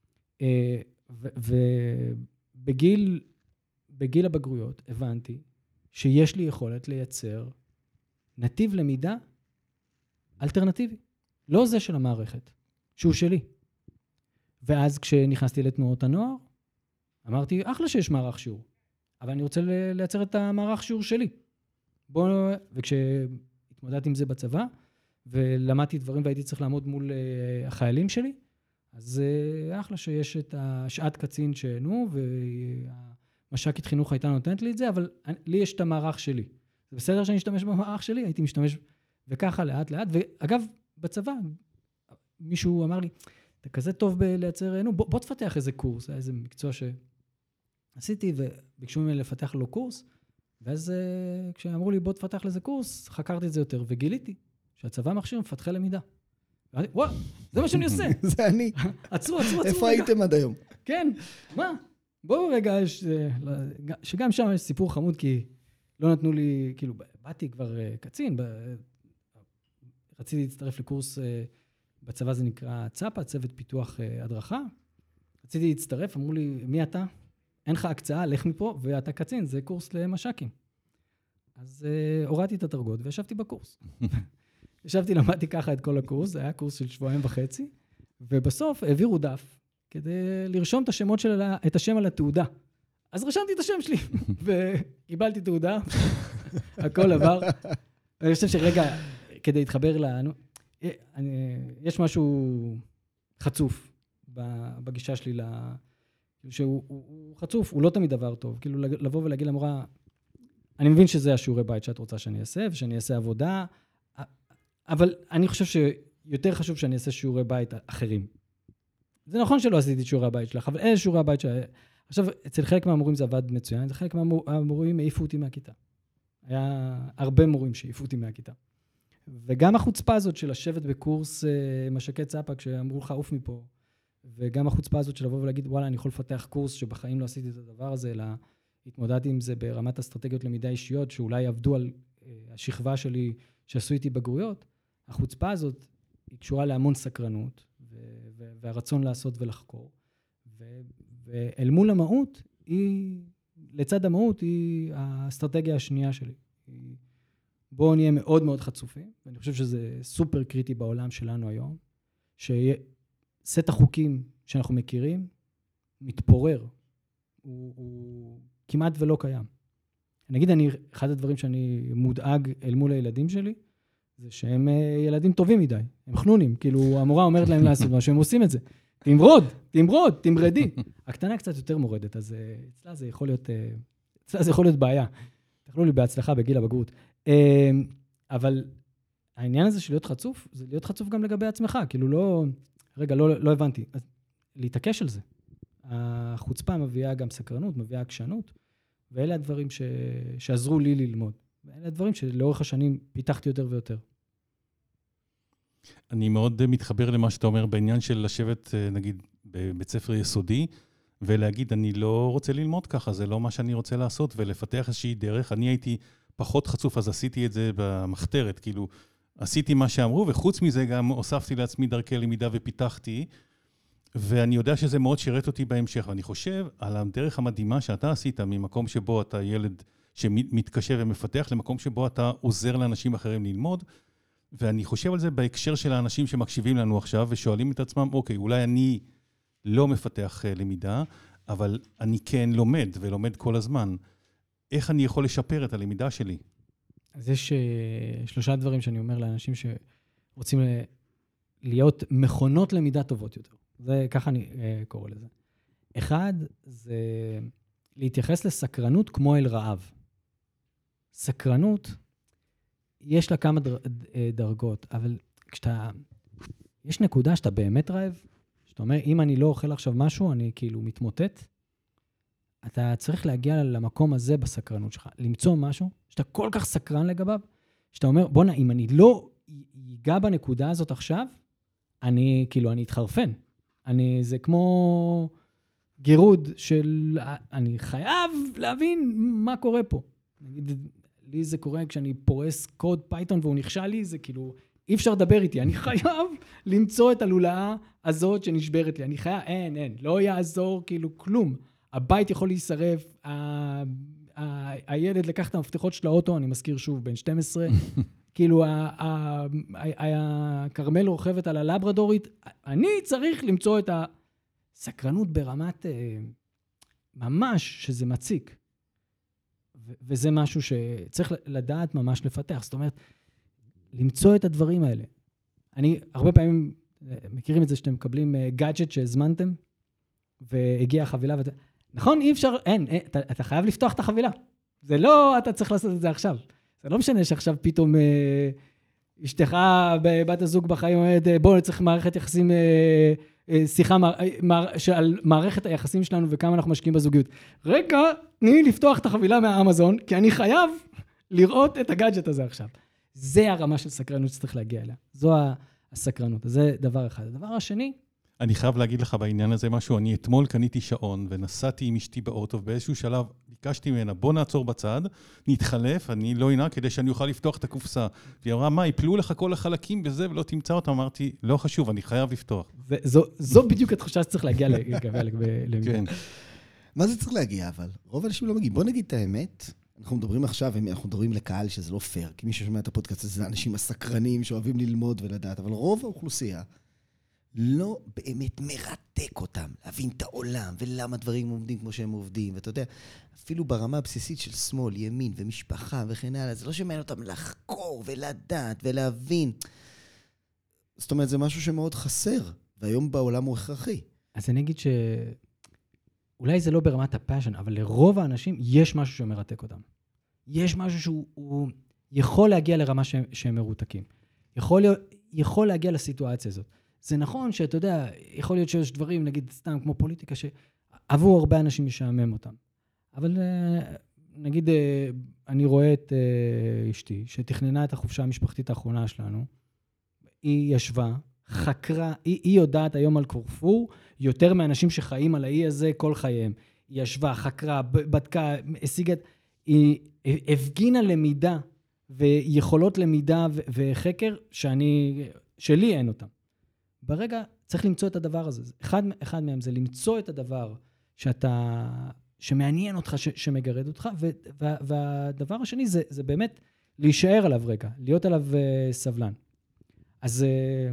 S3: ובגיל הבגרויות הבנתי שיש לי יכולת לייצר נתיב למידה אלטרנטיבי. לא זה של המערכת, שהוא שלי. ואז כשנכנסתי לתנועות הנוער, אמרתי, אחלה שיש מערך שיעור, אבל אני רוצה לייצר את המערך שיעור שלי. וכשהתמודדתי עם זה בצבא, ולמדתי דברים והייתי צריך לעמוד מול החיילים שלי, אז אחלה שיש את השעת קצין שנו, והמש"קית חינוך הייתה נותנת לי את זה, אבל לי יש את המערך שלי. זה בסדר שאני אשתמש במערך שלי? הייתי משתמש, וככה לאט לאט, ואגב, בצבא, מישהו אמר לי, אתה כזה טוב בלייצר, בוא תפתח איזה קורס, איזה מקצוע שעשיתי, וביקשו ממני לפתח לו קורס, ואז כשאמרו לי, בוא תפתח לזה קורס, חקרתי את זה יותר, וגיליתי שהצבא מכשיר מפתחי למידה. ואמרתי, וואו, זה מה שאני עושה.
S1: זה אני.
S3: עצרו.
S1: איפה הייתם עד היום?
S3: כן, מה? בואו רגע, שגם שם יש סיפור חמוד, כי לא נתנו לי, כאילו, באתי כבר קצין, רציתי להצטרף לקורס, בצבא זה נקרא צפה, צוות פיתוח הדרכה. רציתי להצטרף, אמרו לי, מי אתה? אין לך הקצאה, לך מפה, ואתה קצין, זה קורס למש"קים. אז הורדתי את הדרגות וישבתי בקורס. למדתי ככה את כל הקורס, זה היה קורס של 2.5 שבועות, ובסוף העבירו דף, כדי לרשום את השם על התעודה. אז רשמתי את השם שלי, וקיבלתי תעודה, הכל עבר. אני חושב שרגע, כדי להתחבר לנו, יש משהו חצוף בגישה שלי, שהוא חצוף, הוא לא תמיד דבר טוב. כאילו לבוא ולהגיד למורה, אני מבין שזה השיעורי בית שאת רוצה שאני אעשה, ושאני אעשה עבודה, אבל אני חושב יותר חשוב שאני אעשה שיעורי בית אחרים. זה נכון שלא עשיתי את שיעורי הבית שלך, אבל אין שיעורי הבית עכשיו, אצל חלק מהמורים זה עבד מצוין, זה חלק מהמורים העיפו אותי מהכיתה. היה הרבה מורים שהעיפו אותי מהכיתה. וגם החוצפה הזאת של לשבת בקורס משקי צפה, כשאמרו לך, עוף מפה, וגם החוצפה הזאת של לבוא ולהגיד, וואלה, אני יכול לפתח קורס שבחיים לא עשיתי את הדבר הזה, אלא התמודדתי עם זה ברמת אסטרטגיות למידה אישיות, שאולי עבדו על השכבה שלי, שעשו איתי בגרויות. החוצפה הזאת היא קשורה להמון סקרנות, והרצון לעשות ולחקור. ואל מול המהות, לצד המהות, היא האסטרטגיה השנייה שלי. בואו נהיה מאוד מאוד חצופים, ואני חושב שזה סופר קריטי בעולם שלנו היום, שסט החוקים שאנחנו מכירים, מתפורר. הוא כמעט ולא קיים. נגיד, אחד הדברים שאני מודאג אל מול הילדים שלי, זה שהם ילדים טובים מדי, הם חנונים, כאילו המורה אומרת להם לעשות מה שהם עושים את זה. תמרדי. הקטנה קצת יותר מורדת, אז אצלה זה יכול להיות בעיה. תאכלו לי בהצלחה בגיל הבגרות. אבל העניין הזה של להיות חצוף, זה להיות חצוף גם לגבי עצמך, כאילו לא הבנתי. אז להתעקש על זה. החוצפה מביאה גם סקרנות, מביאה עקשנות, ואלה הדברים שעזרו לי ללמוד. ואלה הדברים שלאורך השנים פיתחתי יותר ויותר.
S2: אני מאוד מתחבר למה שאתה אומר בעניין של לשבת, נגיד, בבית ספר יסודי, ולהגיד, אני לא רוצה ללמוד ככה, זה לא מה שאני רוצה לעשות, ולפתח איזושהי דרך. אני הייתי פחות חצוף, אז עשיתי את זה במחתרת, כאילו, עשיתי מה שאמרו, וחוץ מזה גם הוספתי לעצמי דרכי למידה ופיתחתי, ואני יודע שזה מאוד שירת אותי בהמשך, ואני חושב על הדרך המדהימה שאתה עשית, ממקום שבו אתה ילד שמתקשה ומפתח, למקום שבו אתה עוזר לאנשים אחרים ללמוד, ואני חושב על זה בהקשר של האנשים שמקשיבים לנו עכשיו, ושואלים את עצמם, אוקיי, אולי אני לא מפתח למידה, אבל אני כן לומד, ולומד כל הזמן. איך אני יכול לשפר את הלמידה שלי?
S3: אז יש 3 דברים שאני אומר לאנשים שרוצים להיות מכונות למידה טובות יותר. זה, ככה אני קורא לזה. 1, זה להתייחס לסקרנות כמו אל רעב. סקרנות, יש לה כמה דרגות, אבל יש נקודה שאתה באמת רעב, שאתה אומר, אם אני לא אוכל עכשיו משהו, אני כאילו מתמוטט, אתה צריך להגיע למקום הזה בסקרנות שלך, למצוא משהו שאתה כל כך סקרן לגביו, שאתה אומר, בוא אם אני לא ייגע בנקודה הזאת עכשיו, אני אתחרפן. זה כמו גירוד של, אני חייב להבין מה קורה פה. נגיד, לי זה קורה כשאני פורס קוד פייתון והוא נכשל לי, זה כאילו, אי אפשר לדבר איתי, אני חייב למצוא את הלולאה הזאת שנשברת לי, אני חייב, אין, לא יעזור כאילו כלום. הבית יכול להישרף, הילד לקח את המפתחות של האוטו, אני מזכיר שוב, בן 12, כאילו, הקרמל רוכבת על הלברדורית, אני צריך למצוא את הסקרנות ברמת, ממש שזה מציק. וזה משהו שצריך לדעת ממש לפתח. זאת אומרת, למצוא את הדברים האלה. אני הרבה פעמים, מכירים את זה שאתם מקבלים גאדג'ט שהזמנתם, והגיעה החבילה, נכון, אי אפשר, אתה חייב לפתוח את החבילה. זה לא, אתה צריך לעשות את זה עכשיו. זה לא משנה שעכשיו פתאום אשתך בבת הזוג בחיים אומרת, בואו נצטרך מערכת יחסים, שיחה על מערכת היחסים שלנו וכמה אנחנו משקיעים בזוגיות. רגע, תני לפתוח את החבילה מהאמזון, כי אני חייב לראות את הגאדג'ט הזה עכשיו. זה הרמה של סקרנות שצריך להגיע אליה. זו הסקרנות. זה דבר אחד. הדבר השני,
S2: אני חייב להגיד לך בעניין הזה משהו, אני אתמול קניתי שעון ונסעתי עם אשתי באוטו, ובאיזשהו שלב ביקשתי ממנה, בוא נעצור בצד, נתחלף, אני לא אנהג כדי שאני אוכל לפתוח את הקופסה. והיא אמרה, מה, יפלו לך כל החלקים בזה ולא תמצא אותם? אמרתי, לא חשוב, אני חייב לפתוח.
S3: זו בדיוק התחושה שצריך להגיע למידה.
S1: מה זה צריך להגיע אבל? רוב האנשים לא מגיעים. בוא נגיד את האמת, אנחנו מדברים עכשיו, אנחנו מדברים לקהל שזה לא פייר, כי מי ששומע את הפודקאסט הזה זה אנשים הסקרנים שאוהבים ללמוד ולדעת, אבל רוב האוכלוסייה לא באמת מרתק אותם, להבין את העולם ולמה דברים עומדים כמו שהם עובדים, ואתה יודע, אפילו ברמה הבסיסית של שמאל, ימין ומשפחה וכן הלאה, זה לא שמעניין אותם לחקור ולדעת ולהבין. זאת אומרת, זה משהו שמאוד חסר, והיום בעולם הוא הכרחי.
S3: אז אני אגיד שאולי זה לא ברמת הפאשן, אבל לרוב האנשים יש משהו שמרתק אותם. יש משהו שהוא יכול להגיע לרמה שהם מרותקים. יכול להגיע לסיטואציה הזאת. זה נכון שאתה יודע, יכול להיות שיש דברים, נגיד סתם כמו פוליטיקה, שעבור הרבה אנשים משעמם אותם. אבל נגיד, אני רואה את אשתי, שתכננה את החופשה המשפחתית האחרונה שלנו, היא ישבה, חקרה, היא יודעת היום על קורפור, יותר מאנשים שחיים על האי הזה כל חייהם. היא ישבה, חקרה, בדקה, השיגה, היא הפגינה למידה, ויכולות למידה וחקר שלי אין אותם. ברגע צריך למצוא את הדבר הזה. אחד מהם זה למצוא את הדבר שמעניין אותך, שמגרד אותך, והדבר השני זה באמת להישאר עליו רגע, להיות עליו סבלן. אז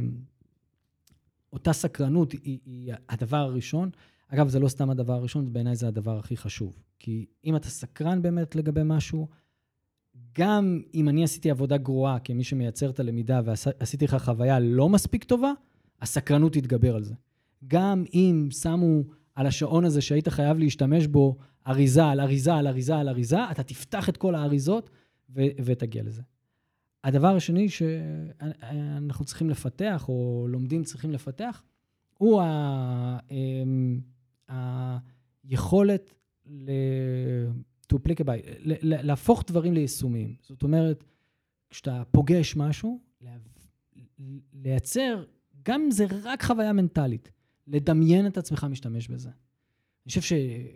S3: אותה סקרנות היא הדבר הראשון. אגב, זה לא סתם הדבר הראשון, בעיניי זה הדבר הכי חשוב. כי אם אתה סקרן באמת לגבי משהו, גם אם אני עשיתי עבודה גרועה כמי שמייצר את הלמידה ועשיתי לך חוויה לא מספיק טובה, הסקרנות תתגבר על זה. גם אם שמו על השעון הזה שהיית חייב להשתמש בו אריזה על אריזה על אריזה על אריזה, אתה תפתח את כל האריזות ותגיע לזה. הדבר השני שאנחנו צריכים לפתח, או לומדים צריכים לפתח, הוא היכולת להפוך דברים ליישומיים. זאת אומרת, כשאתה פוגש משהו, לייצר, גם אם זה רק חוויה מנטלית, לדמיין את עצמך משתמש בזה. אני חושב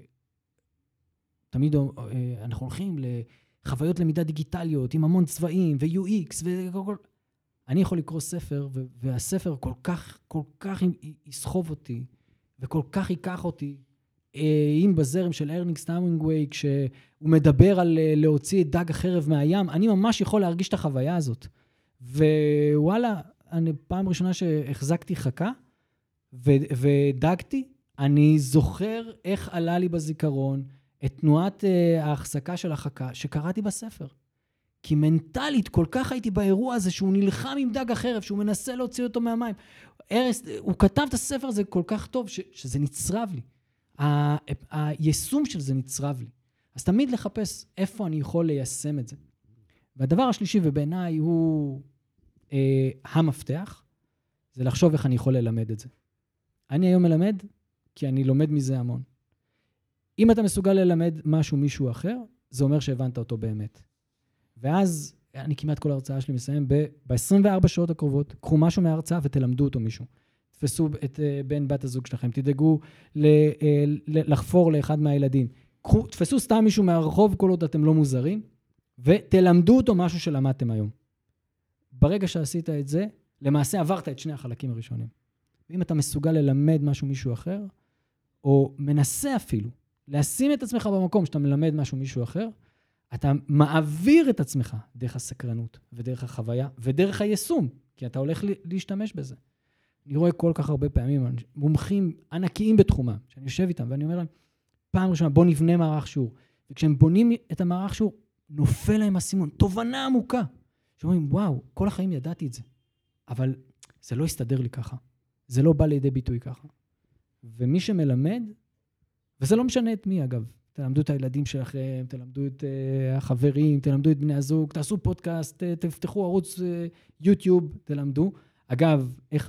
S3: שתמיד אנחנו הולכים לחוויות למידה דיגיטליות, עם המון צבעים ו-UX וכל. אני יכול לקרוא ספר, והספר כל כך יסחוב אותי, וכל כך ייקח אותי, אם בזרם של ארנסט המינגווי, כשהוא מדבר על להוציא את דג החרב מהים, אני ממש יכול להרגיש את החוויה הזאת. ווואלה, אני פעם ראשונה שהחזקתי חכה, ודגתי, אני זוכר איך עלה לי בזיכרון את תנועת ההחזקה של החכה שקראתי בספר. כי מנטלית כל כך הייתי באירוע הזה שהוא נלחם עם דג החרב, שהוא מנסה להוציא אותו מהמים. הוא כתב את הספר הזה כל כך טוב שזה נצרב לי. היישום של זה נצרב לי. אז תמיד לחפש איפה אני יכול ליישם את זה. והדבר השלישי ובעיניי הוא המפתח, זה לחשוב איך אני יכול ללמד את זה. אני היום מלמד כי אני לומד מזה המון. אם אתה מסוגל ללמד מישהו אחר, זה אומר שהבנת אותו באמת. ואז אני כמעט כל ההרצאה שלי מסיים ב-24 שעות הקרובות, קחו משהו מההרצאה ותלמדו אותו מישהו. תפסו את בן בת הזוג שלכם, תדאגו לחפור לאחד מהילדים. תפסו סתם מישהו מהרחוב כל עוד אתם לא מוזרים, ותלמדו אותו משהו שלמדתם היום. ברגע שעשית את זה, למעשה עברת את שני החלקים הראשונים. ואם אתה מסוגל ללמד מישהו אחר, או מנסה אפילו, לשים את עצמך במקום שאתה מלמד מישהו אחר, אתה מעביר את עצמך דרך הסקרנות, ודרך החוויה, ודרך היישום, כי אתה הולך להשתמש בזה. אני רואה כל כך הרבה פעמים, מומחים ענקיים בתחומם, שאני יושב איתם, ואני אומר להם, פעם ראשונה, בוא נבנה מערך שיעור. וכשהם בונים את המערך שיעור, נופל להם הסימון, תובנה עמוקה. שאומרים, וואו, כל החיים ידעתי את זה. אבל זה לא יסתדר לי ככה. זה לא בא לידי ביטוי ככה. ומי שמלמד, וזה לא משנה את מי, אגב, תלמדו את הילדים שלכם, תלמדו את החברים, תלמדו את בני הזוג, תעשו פודקאסט, תפתחו ערוץ יוטיוב, תלמדו. אגב, איך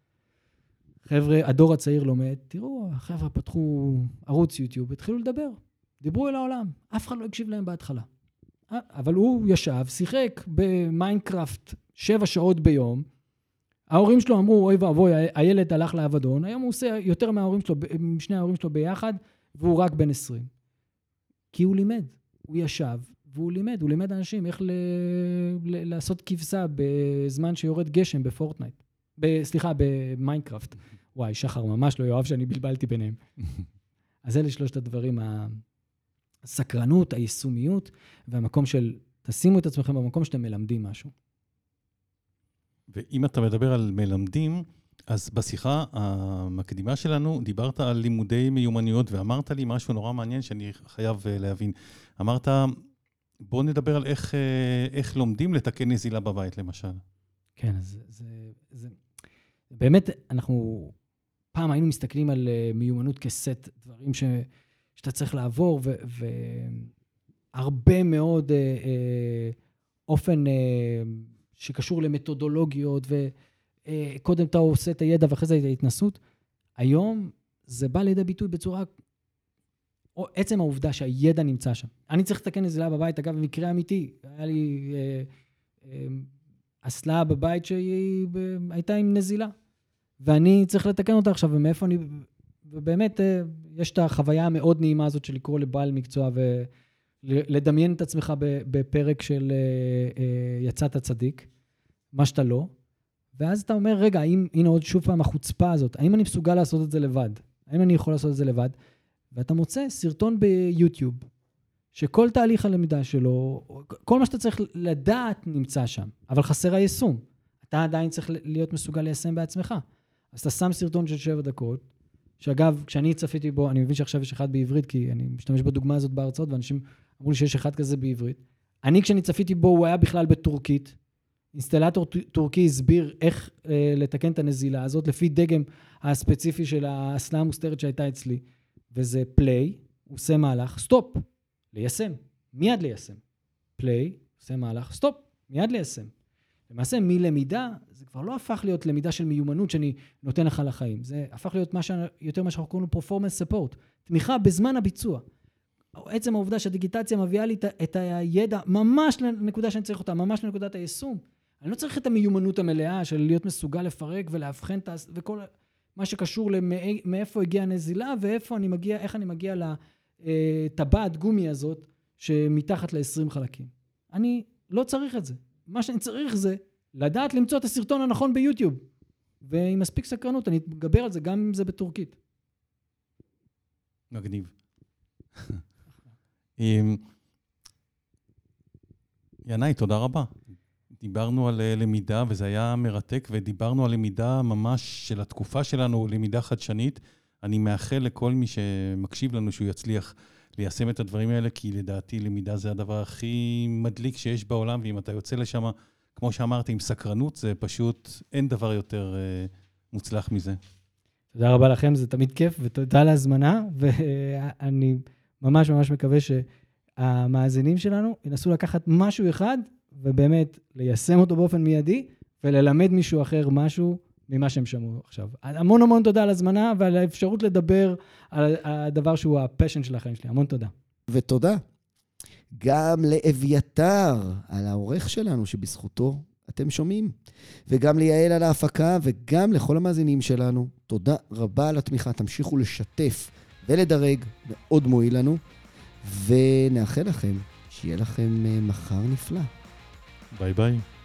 S3: החבר'ה, הדור הצעיר לומד, תראו, החבר'ה פתחו ערוץ יוטיוב, התחילו לדבר, דיברו אל העולם, אף אחד לא הקשיב להם בהתחלה. אבל הוא ישב, שיחק במיינקראפט 7 שעות ביום, ההורים שלו אמרו, אוי ואבוי, הילד הלך לעבדון, היום הוא עושה יותר משני ההורים שלו ביחד, והוא רק בן 20. כי הוא לימד, הוא ישב, והוא לימד אנשים איך לעשות כבשה בזמן שיורד גשם בפורטנייט. במיינקראפט. וואי, שחר ממש לא יאהב שאני בלבלתי ביניהם. אז אלה שלושת הדברים, הסקרנות, היישומיות, והמקום של, תשימו את עצמכם במקום שאתם מלמדים משהו.
S2: ואם אתה מדבר על מלמדים, אז בשיחה המקדימה שלנו, דיברת על לימודי מיומנויות, ואמרת לי משהו נורא מעניין שאני חייב להבין. אמרת, בוא נדבר על איך לומדים לתקן נזילה בבית, למשל.
S3: כן, אז זה באמת, אנחנו פעם היינו מסתכלים על מיומנות כסט, דברים שאתה צריך לעבור, והרבה מאוד אופן שקשור למתודולוגיות, קודם אתה עושה את הידע ואחרי זה את ההתנסות. היום זה בא לידי ביטוי בצורה, או עצם העובדה שהידע נמצא שם. אני צריך לתקן נזילה בבית, אגב, במקרה אמיתי. היה לי אסלה בבית שהיא הייתה עם נזילה. ואני צריך לתקן אותה עכשיו, ומאיפה אני... ובאמת, יש את החוויה המאוד נעימה הזאת של לקרוא לבעל מקצוע, ולדמיין את עצמך בפרק של יצאת צדיק, מה שאתה לא, ואז אתה אומר, רגע, הנה עוד שוב פעם החוצפה הזאת, האם אני מסוגל לעשות את זה לבד? האם אני יכול לעשות את זה לבד? ואתה מוצא סרטון ביוטיוב, שכל תהליך הלמידה שלו, כל מה שאתה צריך לדעת נמצא שם, אבל חסר היישום. אתה עדיין צריך להיות מסוגל ליישם בעצמך. אז אתה שם סרטון של 7 דקות, שאגב, כשאני צפיתי בו, אני מבין שעכשיו יש אחד בעברית, כי אני משתמש בדוגמה הזאת בהרצאות, ואנשים אמרו לי שיש אחד כזה בעברית. כשאני צפיתי בו, הוא היה בכלל בטורקית. אינסטלטור טורקי הסביר איך לתקן את הנזילה הזאת, לפי דגם הספציפי של האסלה המוסתרת שהייתה אצלי, וזה פליי, הוא עושה מהלך, סטופ, ליישם, מיד ליישם. פליי, עושה מהלך, סטופ, מיד ליישם. למעשה, מלמידה, זה כבר לא הפך להיות למידה של מיומנות שאני נותן לך לחיים. זה הפך להיות יותר מה שאנחנו קוראים לו performance support. תמיכה בזמן הביצוע. עצם העובדה שהדיגיטציה מביאה לי את הידע ממש לנקודה שאני צריך אותה, ממש לנקודת היישום. אני לא צריך את המיומנות המלאה של להיות מסוגל לפרק ולהבחן וכל מה שקשור מאיפה הגיעה הנזילה ואיפה אני מגיע, איך אני מגיע לטבעת גומי הזאת שמתחת ל-20 חלקים. אני לא צריך את זה. מה שאני צריך זה לדעת למצוא את הסרטון הנכון ביוטיוב. ועם מספיק סקרנות, אני אגבר על זה גם אם זה בטורקית.
S2: מגניב. ינאי, תודה רבה. דיברנו על למידה, וזה היה מרתק, ודיברנו על למידה ממש של התקופה שלנו, למידה חדשנית. אני מאחל לכל מי שמקשיב לנו שהוא יצליח ליישם את הדברים האלה, כי לדעתי למידה זה הדבר הכי מדליק שיש בעולם, ואם אתה יוצא לשם, כמו שאמרתי, עם סקרנות, זה פשוט אין דבר יותר מוצלח מזה.
S3: תודה רבה לכם, זה תמיד כיף, ותודה על ההזמנה, ואני ממש ממש מקווה שהמאזינים שלנו ינסו לקחת משהו אחד, ובאמת ליישם אותו באופן מיידי, וללמד מישהו אחר משהו ממה שהם שמעו עכשיו. המון המון תודה על הזמנה, ועל האפשרות לדבר על הדבר שהוא הפשן של החיים שלי. המון תודה.
S1: ותודה גם לאביתר, על העורך שלנו שבזכותו אתם שומעים, וגם ליעל על ההפקה, וגם לכל המאזינים שלנו. תודה רבה על התמיכה, תמשיכו לשתף ולדרג, מאוד מועיל לנו, ונאחל לכם שיהיה לכם מחר נפלא.
S2: ביי ביי.